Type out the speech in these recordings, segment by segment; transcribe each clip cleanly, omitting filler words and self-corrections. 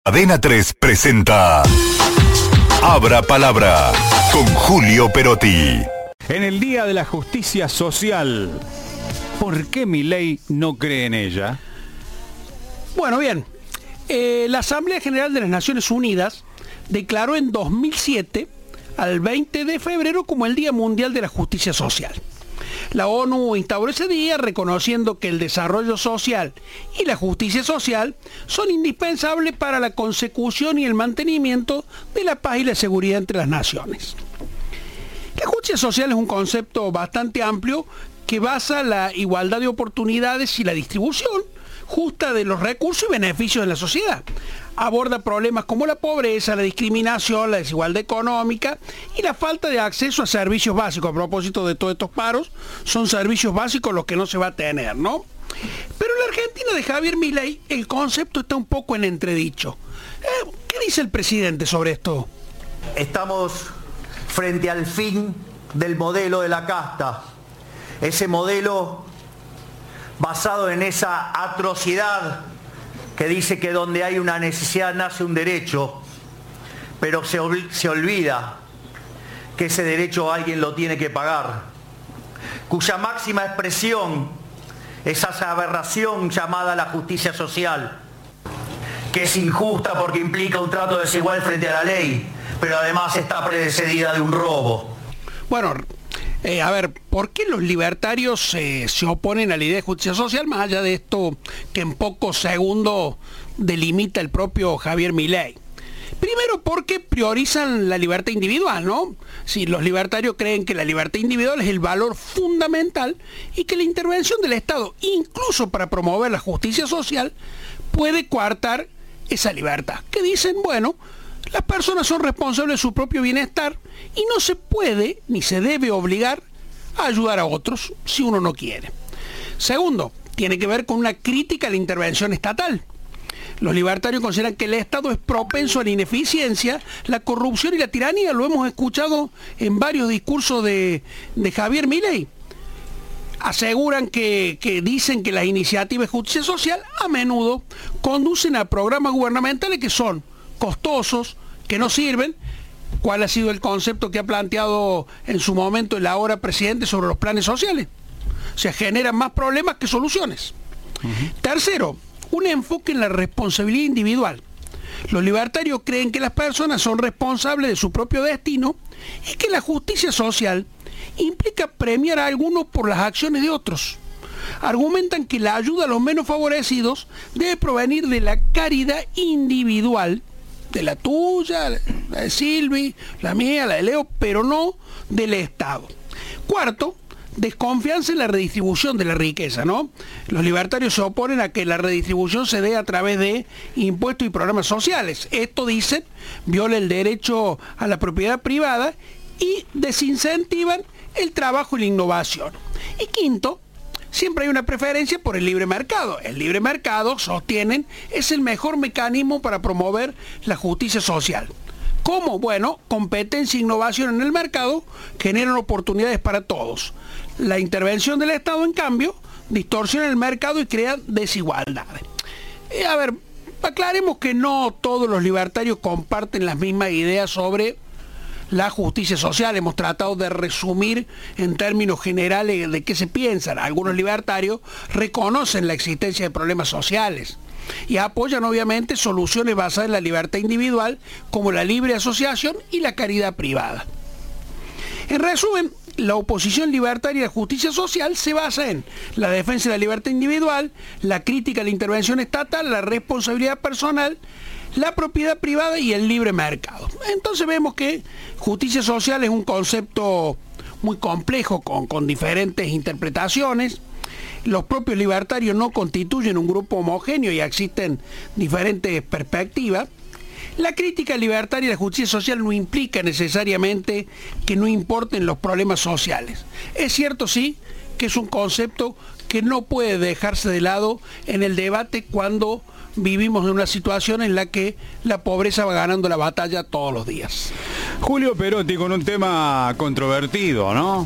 Cadena 3 presenta Abra Palabra con Julio Perotti. En el Día de la Justicia Social, ¿por qué Milei no cree en ella? Bueno, bien. La Asamblea General de las Naciones Unidas declaró en 2007 al 20 de febrero como el Día Mundial de la Justicia Social. La ONU instauró ese día reconociendo que el desarrollo social y la justicia social son indispensables para la consecución y el mantenimiento de la paz y la seguridad entre las naciones. La justicia social es un concepto bastante amplio que basa la igualdad de oportunidades y la distribución justa de los recursos y beneficios de la sociedad. Aborda problemas como la pobreza, la discriminación, la desigualdad económica y la falta de acceso a servicios básicos. A propósito de todos estos paros, son servicios básicos los que no se va a tener, ¿no? Pero en la Argentina de Javier Milei el concepto está un poco en entredicho. ¿Qué dice el presidente sobre esto? Estamos frente al fin del modelo de la casta. Ese modelo basado en esa atrocidad que dice que donde hay una necesidad nace un derecho, pero se olvida que ese derecho alguien lo tiene que pagar, cuya máxima expresión es esa aberración llamada la justicia social, que es injusta porque implica un trato desigual frente a la ley, pero además está precedida de un robo. Bueno, a ver, ¿por qué los libertarios se oponen a la idea de justicia social, más allá de esto que en pocos segundos delimita el propio Javier Milei? Primero, porque priorizan la libertad individual, ¿no? Si los libertarios creen que la libertad individual es el valor fundamental y que la intervención del Estado, incluso para promover la justicia social, puede coartar esa libertad. Que dicen, bueno, las personas son responsables de su propio bienestar y no se puede ni se debe obligar a ayudar a otros si uno no quiere. Segundo, tiene que ver con una crítica a la intervención estatal. Los libertarios consideran que el Estado es propenso a la ineficiencia, la corrupción y la tiranía. Lo hemos escuchado en varios discursos de Javier Milei. Aseguran que dicen que las iniciativas de justicia social a menudo conducen a programas gubernamentales que son costosos, que no sirven. ¿Cuál ha sido el concepto que ha planteado en su momento el ahora presidente sobre los planes sociales? O sea, generan más problemas que soluciones. Tercero, un enfoque en la responsabilidad individual. Los libertarios creen que las personas son responsables de su propio destino y que la justicia social implica premiar a algunos por las acciones de otros. Argumentan que la ayuda a los menos favorecidos debe provenir de la caridad individual, de la tuya, la de Silvi, la mía, la de Leo, pero no del Estado. Cuarto, desconfianza en la redistribución de la riqueza, ¿no? Los libertarios se oponen a que la redistribución se dé a través de impuestos y programas sociales. Esto, dicen, viola el derecho a la propiedad privada y desincentivan el trabajo y la innovación. Y quinto, siempre hay una preferencia por el libre mercado. El libre mercado, sostienen, es el mejor mecanismo para promover la justicia social. ¿Cómo? Bueno, competencia e innovación en el mercado generan oportunidades para todos. La intervención del Estado, en cambio, distorsiona el mercado y crea desigualdades. A ver, aclaremos que no todos los libertarios comparten las mismas ideas sobre la justicia social. Hemos tratado de resumir en términos generales de qué se piensan. Algunos libertarios reconocen la existencia de problemas sociales y apoyan obviamente soluciones basadas en la libertad individual como la libre asociación y la caridad privada. En resumen, la oposición libertaria a la justicia social se basa en la defensa de la libertad individual, la crítica a la intervención estatal, la responsabilidad personal, la propiedad privada y el libre mercado. Entonces vemos que justicia social es un concepto muy complejo con diferentes interpretaciones. Los propios libertarios no constituyen un grupo homogéneo y existen diferentes perspectivas. La crítica libertaria de la justicia social no implica necesariamente que no importen los problemas sociales. Es cierto, sí, que es un concepto que no puede dejarse de lado en el debate cuando vivimos en una situación en la que la pobreza va ganando la batalla todos los días. Julio Perotti con un tema controvertido, ¿no?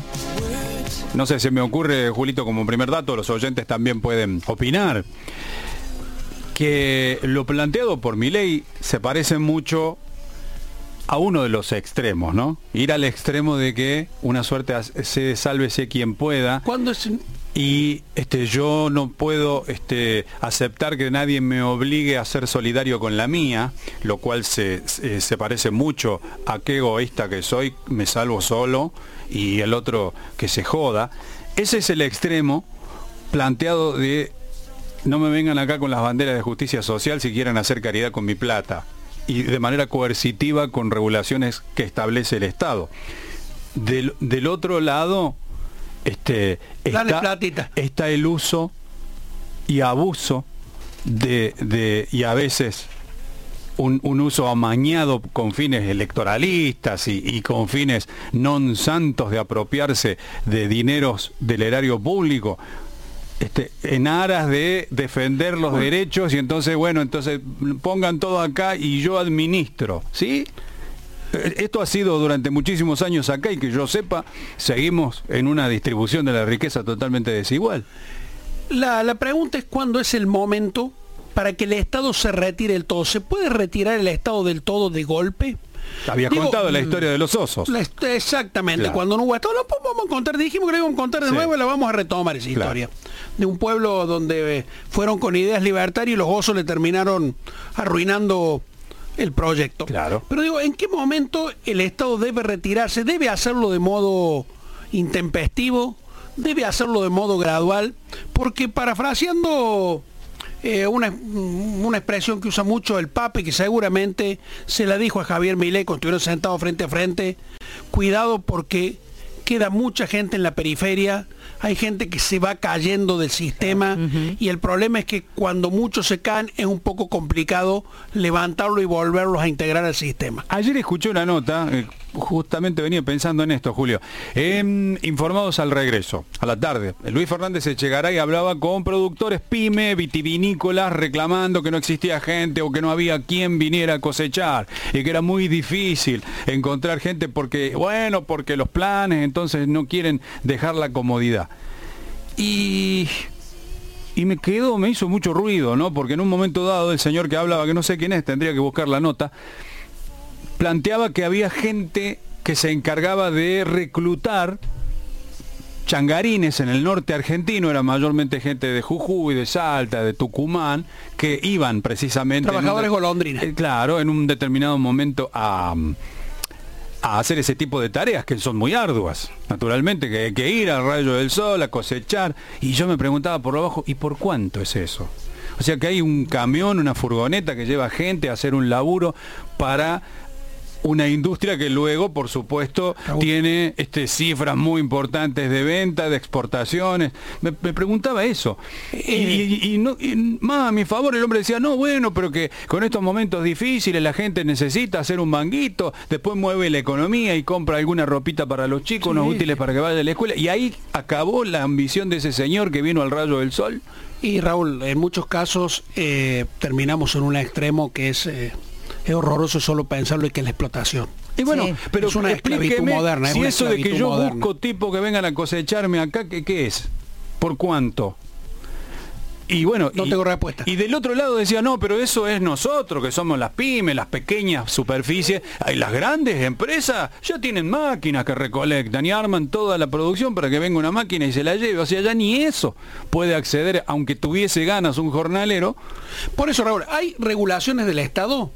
No sé, se me ocurre, Julito, como primer dato, los oyentes también pueden opinar. que lo planteado por Milei se parece mucho a uno de los extremos, ¿no? Ir al extremo de que una suerte se sálvese quien pueda. ¿Cuándo es? Y yo no puedo aceptar que nadie me obligue a ser solidario con la mía, lo cual se parece mucho a qué egoísta que soy, me salvo solo y el otro que se joda. Ese es el extremo planteado de no me vengan acá con las banderas de justicia social si quieren hacer caridad con mi plata, y de manera coercitiva con regulaciones que establece el Estado. Del otro lado está el uso y abuso y a veces un uso amañado con fines electoralistas y con fines non santos de apropiarse de dineros del erario público, en aras de defender los derechos, y entonces pongan todo acá y yo administro, ¿sí? Esto ha sido durante muchísimos años acá, y que yo sepa, seguimos en una distribución de la riqueza totalmente desigual. La pregunta es cuándo es el momento para que el Estado se retire del todo. ¿Se puede retirar el Estado del todo de golpe? Había contado la historia de los osos. Exactamente, claro. Cuando no hubo Estado, vamos a contar, dijimos que lo íbamos a contar de nuevo y la vamos a retomar esa historia. De un pueblo donde fueron con ideas libertarias y los osos le terminaron arruinando el proyecto. Claro. Pero digo, ¿en qué momento el Estado debe retirarse? ¿Debe hacerlo de modo intempestivo? ¿Debe hacerlo de modo gradual? Porque parafraseando una expresión que usa mucho el Papa y que seguramente se la dijo a Javier Milei cuando estuvieron sentados frente a frente, cuidado porque queda mucha gente en la periferia, hay gente que se va cayendo del sistema, y el problema es que cuando muchos se caen es un poco complicado levantarlo y volverlos a integrar al sistema. Ayer escuché una nota, justamente venía pensando en esto, Julio, Informados al regreso, a la tarde, Luis Fernández Echegaray hablaba con productores pyme, vitivinícolas, reclamando que no existía gente o que no había quien viniera a cosechar y que era muy difícil encontrar gente porque los planes entonces no quieren dejar la comodidad. Y me hizo mucho ruido, ¿no? Porque en un momento dado el señor que hablaba, que no sé quién es, tendría que buscar la nota, planteaba que había gente que se encargaba de reclutar changarines en el norte argentino, era mayormente gente de Jujuy, de Salta, de Tucumán, que iban precisamente... Trabajadores golondrinas. Claro, en un determinado momento a hacer ese tipo de tareas que son muy arduas, naturalmente, que hay que ir al rayo del sol, a cosechar, y yo me preguntaba por lo bajo, ¿y por cuánto es eso? O sea que hay un camión, una furgoneta que lleva gente a hacer un laburo para una industria que luego, por supuesto, tiene cifras muy importantes de venta, de exportaciones. Me preguntaba eso. Y más a mi favor el hombre decía, no, bueno, pero que con estos momentos difíciles la gente necesita hacer un manguito, después mueve la economía y compra alguna ropita para los chicos, unos útiles para que vayan a la escuela. Y ahí acabó la ambición de ese señor que vino al rayo del sol. Y Raúl, en muchos casos terminamos en un extremo que es horroroso solo pensarlo, y que es la explotación. Y bueno, pero es una esclavitud moderna. Si eso de que yo busco tipos que vengan a cosecharme acá, ¿qué es? ¿Por cuánto? Y bueno, no tengo respuesta. Y del otro lado decía, no, pero eso es nosotros, que somos las pymes, las pequeñas superficies. Las grandes empresas ya tienen máquinas que recolectan y arman toda la producción para que venga una máquina y se la lleve. O sea, ya ni eso puede acceder, aunque tuviese ganas un jornalero. Por eso, Raúl, hay regulaciones del Estado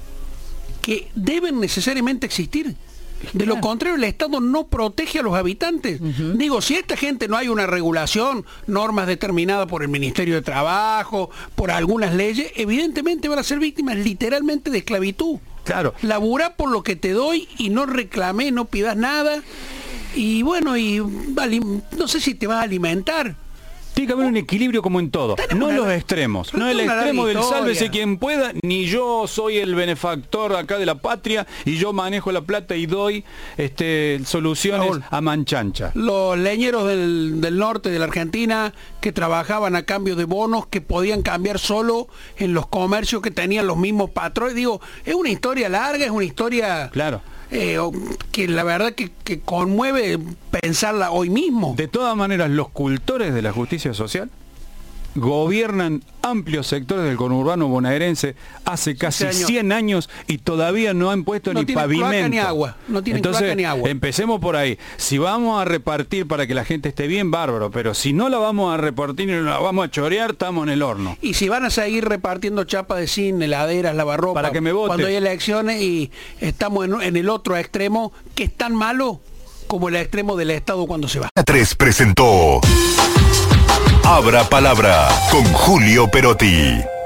que deben necesariamente existir. De lo contrario, el Estado no protege a los habitantes. Digo, si a esta gente no hay una regulación, normas determinadas por el Ministerio de Trabajo, por algunas leyes, evidentemente van a ser víctimas literalmente de esclavitud. Claro. Laburá por lo que te doy y no reclamé, no pidas nada. Y bueno, no sé si te vas a alimentar. Tiene que haber un equilibrio como en todo, no los extremos, no el extremo del sálvese quien pueda, ni yo soy el benefactor acá de la patria y yo manejo la plata y doy soluciones, Raúl, a manchancha. Los leñeros del norte de la Argentina que trabajaban a cambio de bonos que podían cambiar solo en los comercios que tenían los mismos patrones, digo, es una historia larga, es una historia... Claro. Que la verdad que conmueve pensarla hoy mismo. De todas maneras, los cultores de la justicia social gobiernan amplios sectores del conurbano bonaerense hace casi 100 años y todavía no han puesto ni pavimento. Ni agua. No tienen cloaca ni agua. Empecemos por ahí. Si vamos a repartir para que la gente esté bien, bárbaro, pero si no la vamos a repartir y no la vamos a chorear, estamos en el horno. Y si van a seguir repartiendo chapas de zinc, heladeras, lavarropa, para que me vote, cuando hay elecciones y estamos en el otro extremo, que es tan malo como el extremo del Estado cuando se va. 3 presentó Abra Palabra con Julio Perotti.